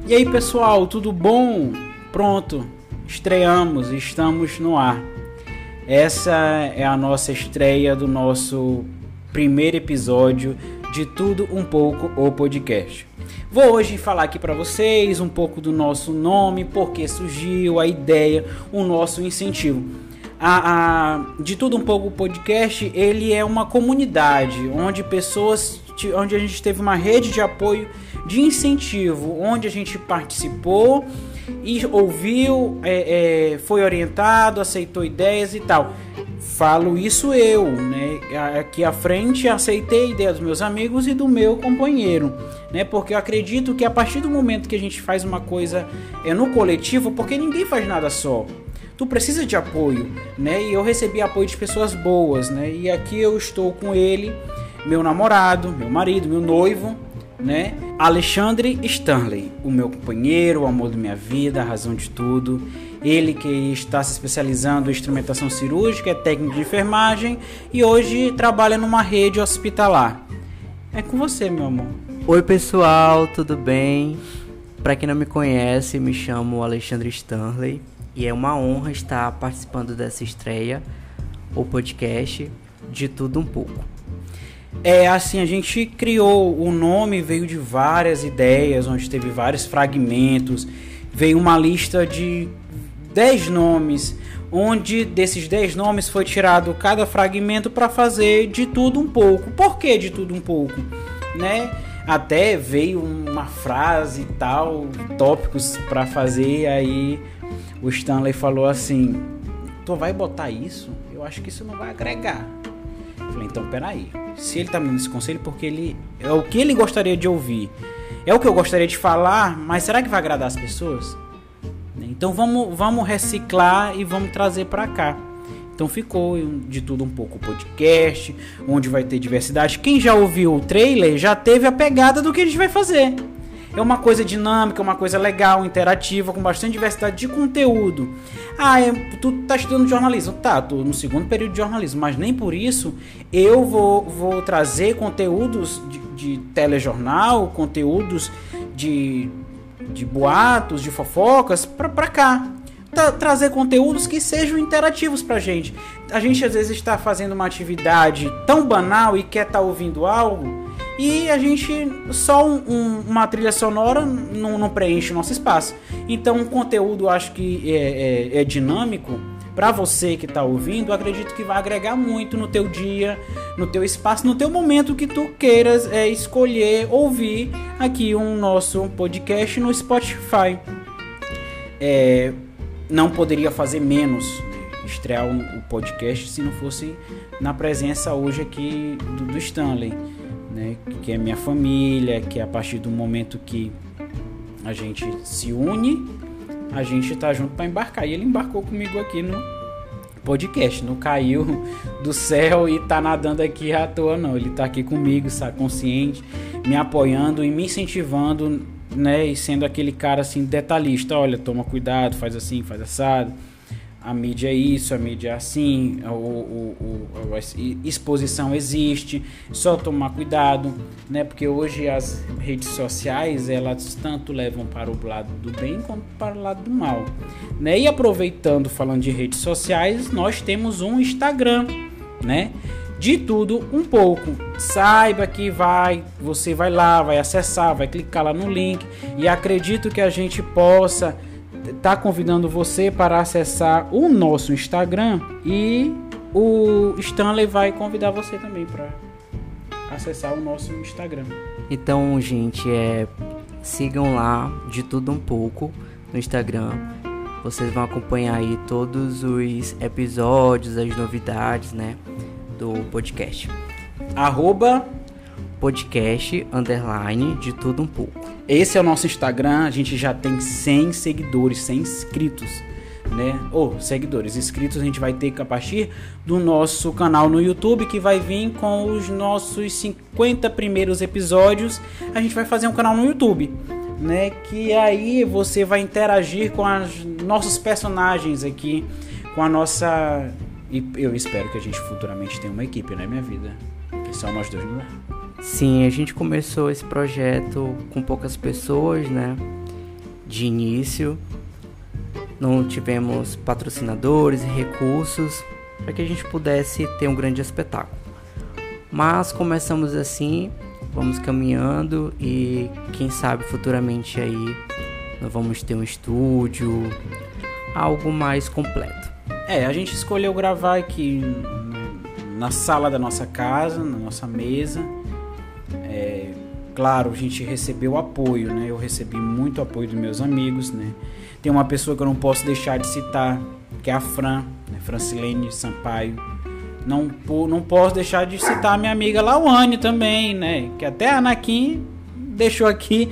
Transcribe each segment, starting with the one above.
E aí pessoal, tudo bom? Pronto, estreamos, estamos no ar. Essa é a nossa estreia do nosso primeiro episódio de Tudo Um Pouco, o podcast. Vou hoje falar aqui para vocês um pouco do nosso nome, por que surgiu, a ideia, o nosso incentivo. De Tudo Um Pouco, o podcast, ele é uma comunidade onde a gente teve uma rede de apoio, de incentivo, onde a gente participou e ouviu, foi orientado, aceitou ideias e tal. Falo isso eu, né? Aqui à frente aceitei a ideia dos meus amigos e do meu companheiro, né? Porque eu acredito que a partir do momento que a gente faz uma coisa no coletivo, porque ninguém faz nada só. Tu precisa de apoio, né? E eu recebi apoio de pessoas boas, né? E aqui eu estou com ele, meu namorado, meu marido, meu noivo, né? Alexandre Stanley, o meu companheiro, o amor da minha vida, a razão de tudo. Ele que está se especializando em instrumentação cirúrgica, é técnico de enfermagem e hoje trabalha numa rede hospitalar. É com você, meu amor. Oi pessoal, tudo bem? Para quem não me conhece, me chamo Alexandre Stanley e é uma honra estar participando dessa estreia, o podcast de Tudo Um Pouco. Assim, a gente criou o nome, veio de várias ideias, onde teve vários fragmentos, veio uma lista de 10 nomes, onde desses 10 nomes foi tirado cada fragmento para fazer de tudo um pouco. Por que de tudo um pouco? Né? Até veio uma frase e tal, tópicos para fazer, aí o Stanley falou assim, tu vai botar isso? Eu acho que isso não vai agregar. Eu falei, então peraí, se ele tá me dando esse conselho, porque ele é o que ele gostaria de ouvir, é o que eu gostaria de falar, mas será que vai agradar as pessoas? Então vamos reciclar e vamos trazer para cá. Então ficou de tudo um pouco o podcast, onde vai ter diversidade. Quem já ouviu o trailer já teve a pegada do que a gente vai fazer. É uma coisa dinâmica, uma coisa legal, interativa, com bastante diversidade de conteúdo. Tu tá estudando jornalismo? Tá, tô no segundo período de jornalismo, mas nem por isso eu vou trazer conteúdos de telejornal, conteúdos de boatos, de fofocas pra cá. Trazer conteúdos que sejam interativos pra gente. A gente às vezes está fazendo uma atividade tão banal e quer estar ouvindo algo e a gente só uma trilha sonora não preenche o nosso espaço. Então o conteúdo, acho que é dinâmico. Para você que está ouvindo, acredito que vai agregar muito no teu dia, no teu espaço, no teu momento que tu queiras escolher ouvir aqui o nosso podcast no Spotify. Não poderia fazer menos estrear o podcast se não fosse na presença hoje aqui do Stanley, né? Que é minha família, que é a partir do momento que a gente se une, a gente tá junto para embarcar. E ele embarcou comigo aqui no podcast, não caiu do céu e tá nadando aqui à toa, não. Ele tá aqui comigo, sabe, consciente, me apoiando e me incentivando, né? E sendo aquele cara assim detalhista, olha, toma cuidado, faz assim, faz assado. A mídia é isso, a mídia é assim, a exposição existe, só tomar cuidado, né? Porque hoje as redes sociais, elas tanto levam para o lado do bem quanto para o lado do mal, né? E aproveitando, falando de redes sociais, nós temos um Instagram, né? De tudo um pouco. Saiba que você vai lá, vai acessar, vai clicar lá no link e acredito que a gente possa tá convidando você para acessar o nosso Instagram e o Stanley vai convidar você também para acessar o nosso Instagram. Então, gente, sigam lá de tudo um pouco no Instagram. Vocês vão acompanhar aí todos os episódios, as novidades, né, do podcast. @podcast de tudo um pouco. Esse é o nosso Instagram, a gente já tem 100 seguidores, 100 inscritos, né? Seguidores, inscritos a gente vai ter a partir do nosso canal no YouTube, que vai vir com os nossos 50 primeiros episódios. A gente vai fazer um canal no YouTube, né? Que aí você vai interagir com os nossos personagens aqui, com a nossa... E eu espero que a gente futuramente tenha uma equipe, né, minha vida? Que só nós dois, não é? Sim, a gente começou esse projeto com poucas pessoas, né? de início, não tivemos patrocinadores e recursos para que a gente pudesse ter um grande espetáculo. Mas começamos assim, vamos caminhando e quem sabe futuramente aí nós vamos ter um estúdio, algo mais completo. A gente escolheu gravar aqui na sala da nossa casa, na nossa mesa. Claro, a gente recebeu apoio, né? Eu recebi muito apoio dos meus amigos, né? Tem uma pessoa que eu não posso deixar de citar, que é a Fran, né? Francilene Sampaio. Não posso deixar de citar a minha amiga Lauane também, né? Que até a Anakin deixou aqui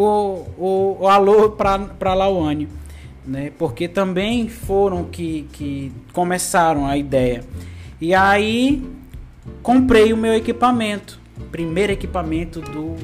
o alô para Lauane, né? Porque também foram que começaram a ideia. E aí comprei o meu equipamento. Primeiro equipamento do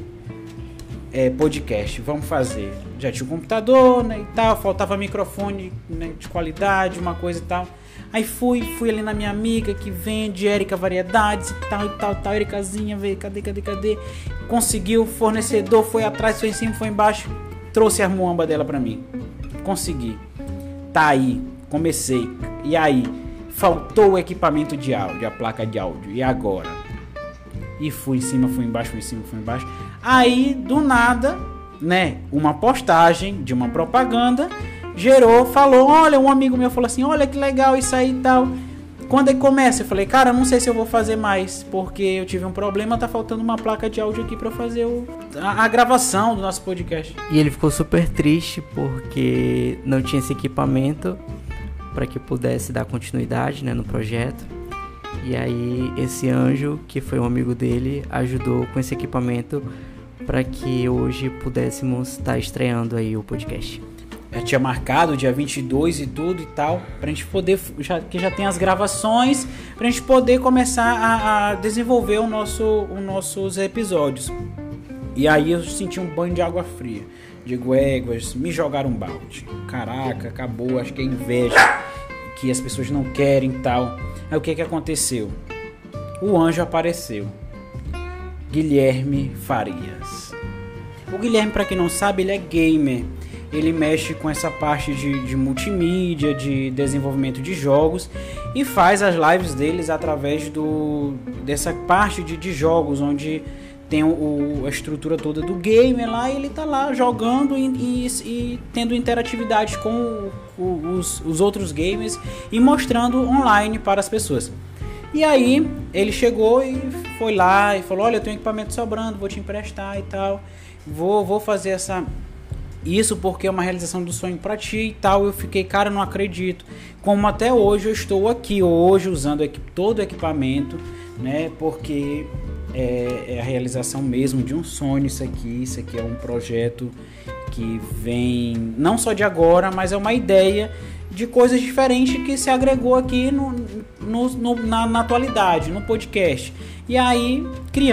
podcast. Vamos fazer. Já tinha um computador, né, e tal. Faltava microfone, né, de qualidade, uma coisa e tal. Aí fui ali na minha amiga que vende Érica Variedades e tal. Éricazinha, veio, cadê? Conseguiu, fornecedor, foi atrás, foi em cima, foi embaixo. Trouxe a muamba dela pra mim. Consegui. Tá aí. Comecei. E aí? Faltou o equipamento de áudio, a placa de áudio. E agora? E fui em cima, fui embaixo, fui em cima, fui embaixo. Aí, do nada, né, uma postagem de uma propaganda falou, olha, um amigo meu falou assim, olha que legal isso aí e tal. Quando ele começa, eu falei, cara, não sei se eu vou fazer mais, porque eu tive um problema, tá faltando uma placa de áudio aqui pra fazer a gravação do nosso podcast. E ele ficou super triste porque não tinha esse equipamento para que pudesse dar continuidade, né, no projeto. E aí esse anjo, que foi um amigo dele, ajudou com esse equipamento para que hoje pudéssemos estar estreando aí o podcast. Eu tinha marcado dia 22 e tudo e tal, pra gente poder, que já tem as gravações, pra gente poder começar a desenvolver os nossos episódios. E aí eu senti um banho de água fria. Digo, éguas, me jogaram um balde. Caraca, acabou, acho que é inveja, que as pessoas não querem e tal. Aí o que aconteceu? O anjo apareceu. Guilherme Farias. O Guilherme, para quem não sabe, ele é gamer. Ele mexe com essa parte de multimídia, de desenvolvimento de jogos e faz as lives deles através dessa parte de jogos, onde tem a estrutura toda do gamer lá e ele tá lá jogando e tendo interatividade com os outros gamers e mostrando online para as pessoas. E aí ele chegou e foi lá e falou, olha, eu tenho equipamento sobrando, vou te emprestar e tal, vou fazer isso porque é uma realização do sonho pra ti e tal. Eu fiquei, cara, não acredito. Como até hoje eu estou aqui hoje usando todo o equipamento, né? Porque é a realização mesmo de um sonho isso aqui. Isso aqui é um projeto que vem não só de agora, mas é uma ideia de coisas diferentes que se agregou aqui na atualidade, no podcast. E aí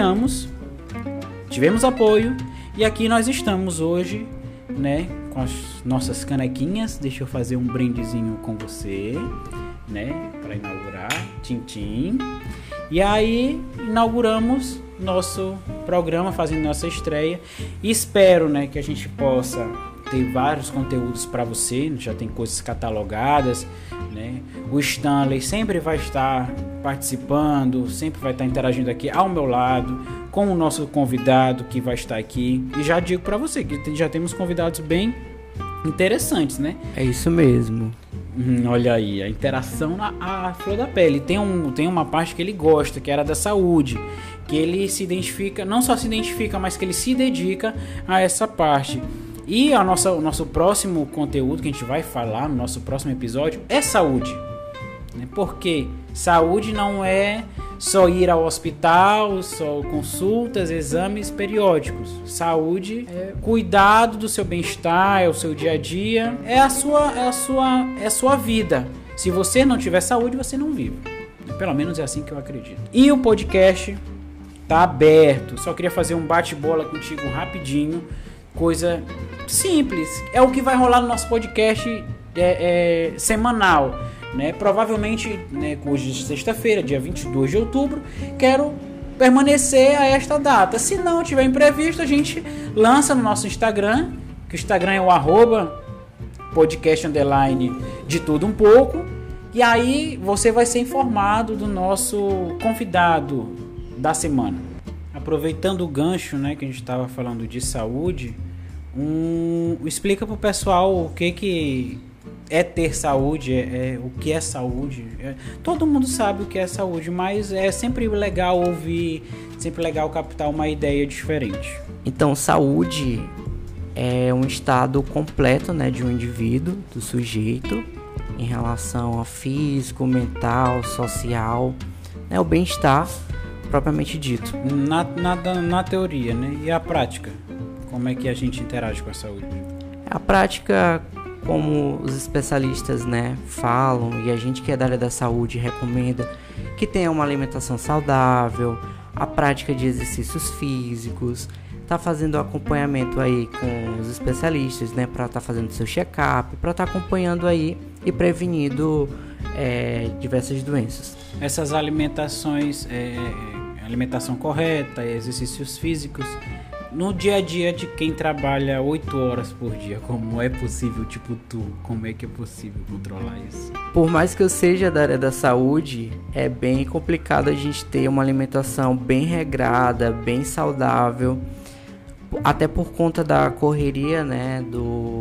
tivemos apoio e aqui nós estamos hoje, né, com as nossas canequinhas. Deixa eu fazer um brindezinho com você, né, para inaugurar, tintim. E aí inauguramos nosso programa, fazendo nossa estreia. E espero, né, que a gente possa ter vários conteúdos para você. Já tem coisas catalogadas, né? O Stanley sempre vai estar participando, sempre vai estar interagindo aqui ao meu lado, com o nosso convidado que vai estar aqui. E já digo para você que já temos convidados bem interessantes, né? É isso mesmo. Olha aí, a interação à flor da pele. Tem uma parte que ele gosta, que era da saúde, que ele se identifica, não só se identifica, mas que ele se dedica a essa parte. E o nosso próximo conteúdo que a gente vai falar no nosso próximo episódio é saúde, né? Porque saúde não é só ir ao hospital, só consultas, exames periódicos. Saúde é cuidado do seu bem-estar, é o seu dia a dia, é a sua vida. Se você não tiver saúde, você não vive. Pelo menos é assim que eu acredito. E o podcast tá aberto. Só queria fazer um bate-bola contigo rapidinho. Coisa simples. É o que vai rolar no nosso podcast semanal, né? Provavelmente, né, hoje é sexta-feira, dia 22 de outubro, quero permanecer a esta data. Se não tiver imprevisto, a gente lança no nosso Instagram que o Instagram é o @podcast_ de tudo um pouco. E aí você vai ser informado do nosso convidado da semana. Aproveitando o gancho, né, que a gente estava falando de saúde, explica pro pessoal o que é ter saúde, o que é saúde. Todo mundo sabe o que é saúde, mas é sempre legal ouvir, sempre legal captar uma ideia diferente. Então, saúde é um estado completo, né, de um indivíduo, do sujeito, em relação a físico, mental, social, né, o bem-estar propriamente dito. Na teoria, né? E a prática? Como é que a gente interage com a saúde? A prática, como os especialistas, né, falam, e a gente que é da área da saúde recomenda que tenha uma alimentação saudável, a prática de exercícios físicos, tá fazendo acompanhamento aí com os especialistas, né, para tá fazendo seu check-up, para tá acompanhando aí e prevenindo diversas doenças. Essas alimentações, alimentação correta, exercícios físicos, no dia a dia de quem trabalha 8 horas por dia, como é possível, tipo tu, como é que é possível controlar isso? Por mais que eu seja da área da saúde, é bem complicado a gente ter uma alimentação bem regrada, bem saudável, até por conta da correria, né, do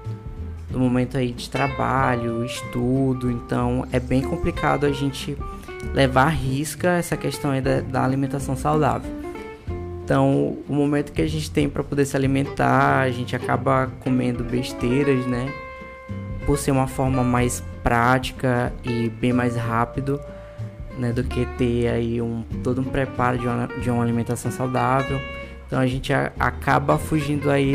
momento aí de trabalho, estudo. Então é bem complicado a gente levar à risca essa questão aí da alimentação saudável. Então o momento que a gente tem para poder se alimentar, a gente acaba comendo besteiras, né, por ser uma forma mais prática e bem mais rápido, né, do que ter aí todo um preparo de uma alimentação saudável. Então a gente acaba fugindo aí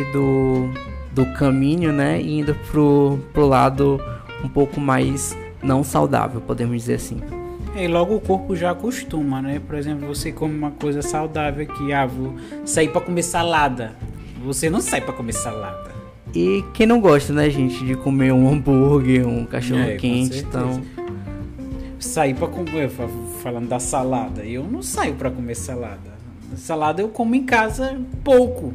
do caminho, né, e indo pro lado um pouco mais não saudável, podemos dizer assim. E logo o corpo já acostuma, né? Por exemplo, você come uma coisa saudável aqui, vou sair para comer salada. Você não sai para comer salada. E quem não gosta, né, gente, de comer um hambúrguer, um cachorro quente, então... Sair para comer, falando da salada, eu não saio para comer salada. Salada eu como em casa pouco.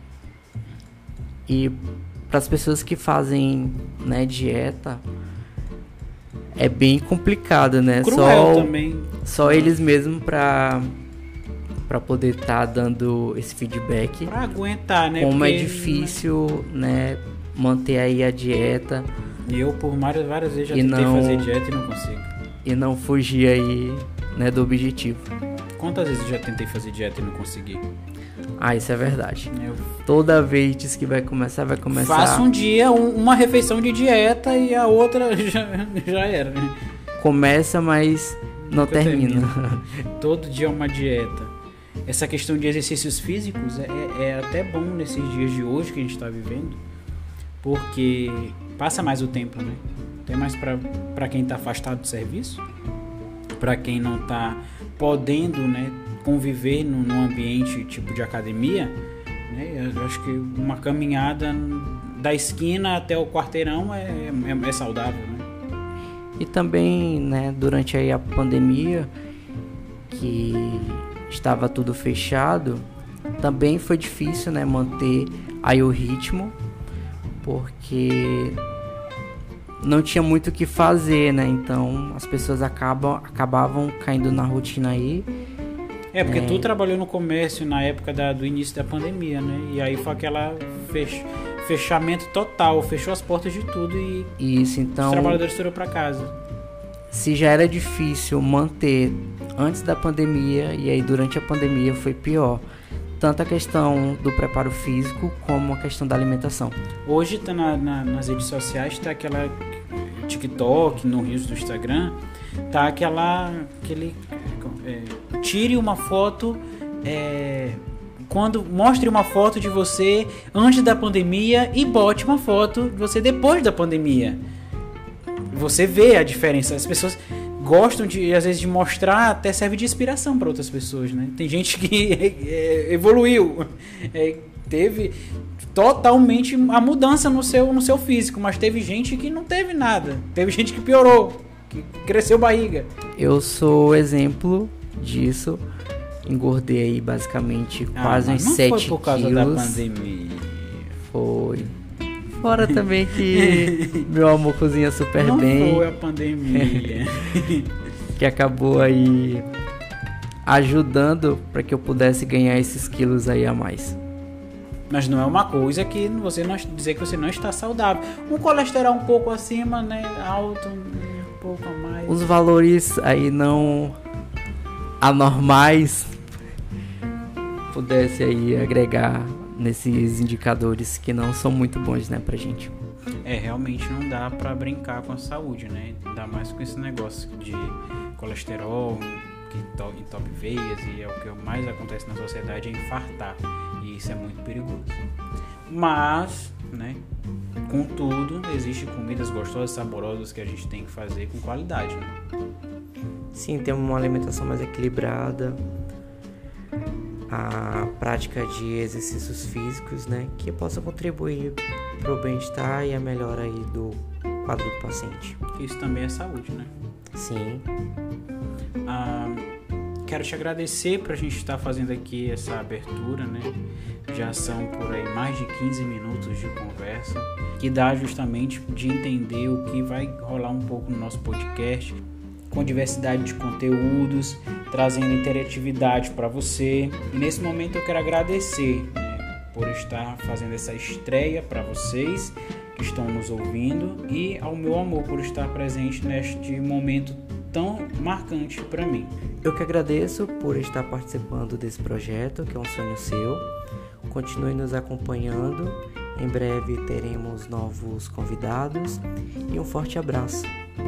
E para as pessoas que fazem, né, dieta, é bem complicado, né? Cruel também. Só eles mesmos para poder estar dando esse feedback. Para aguentar, né? Como é difícil, né, manter aí a dieta. E eu por várias vezes já tentei fazer dieta e não consigo. E não fugir aí, né, do objetivo. Quantas vezes eu já tentei fazer dieta e não consegui? Isso é verdade. Toda vez que vai começar... Faço um dia uma refeição de dieta e a outra já era, né? Começa, mas não termina. Todo dia é uma dieta. Essa questão de exercícios físicos é até bom nesses dias de hoje que a gente está vivendo, porque passa mais o tempo, né? Tem mais para quem está afastado do serviço, para quem não está podendo, né, conviver num ambiente tipo de academia, né? Eu acho que uma caminhada da esquina até o quarteirão é saudável, né? E também, né, durante aí a pandemia, que estava tudo fechado, também foi difícil, né, manter aí o ritmo, porque não tinha muito o que fazer, né? Então as pessoas acabavam caindo na rotina aí. Porque tu trabalhou no comércio na época do início da pandemia, né? E aí foi aquela fechamento total, fechou as portas de tudo e isso, então, os trabalhadores foram para casa. Se já era difícil manter antes da pandemia, e aí durante a pandemia foi pior. Tanto a questão do preparo físico como a questão da alimentação. Hoje tá nas redes sociais, tá aquela TikTok, no Reels do Instagram, tá aquele tire uma foto, mostre uma foto de você antes da pandemia e bote uma foto de você depois da pandemia. Você vê a diferença. As pessoas gostam às vezes de mostrar, até serve de inspiração para outras pessoas, né? Tem gente que evoluiu, teve totalmente a mudança no seu físico, mas teve gente que não teve nada, teve gente que piorou, que cresceu barriga. Eu sou exemplo disso, engordei aí basicamente quase uns 7 quilos. Não foi por causa da pandemia. Foi. Fora também que meu amor cozinha super não bem. Foi a pandemia. Que acabou aí ajudando para que eu pudesse ganhar esses quilos aí a mais. Mas não é uma coisa que você não dizer que você não está saudável. Um colesterol um pouco acima, né? Alto, um pouco a mais. Os valores aí não anormais pudesse aí agregar nesses indicadores que não são muito bons, né, pra gente. Realmente não dá pra brincar com a saúde, né? Ainda mais com esse negócio de colesterol que entope veias, e é o que mais acontece na sociedade, é infartar, e isso é muito perigoso. Mas, né, contudo, existem comidas gostosas, saborosas que a gente tem que fazer com qualidade, né? Sim, ter uma alimentação mais equilibrada, a prática de exercícios físicos, né, que possa contribuir para o bem-estar e a melhora aí do quadro do paciente. Isso também é saúde, né? Sim. Quero te agradecer por a gente estar fazendo aqui essa abertura, né? Já são por aí mais de 15 minutos de conversa, que dá justamente de entender o que vai rolar um pouco no nosso podcast, com diversidade de conteúdos, trazendo interatividade para você. E nesse momento eu quero agradecer, né, por estar fazendo essa estreia para vocês que estão nos ouvindo, e ao meu amor por estar presente neste momento tão marcante para mim. Eu que agradeço por estar participando desse projeto, que é um sonho seu. Continue nos acompanhando. Em breve teremos novos convidados e um forte abraço.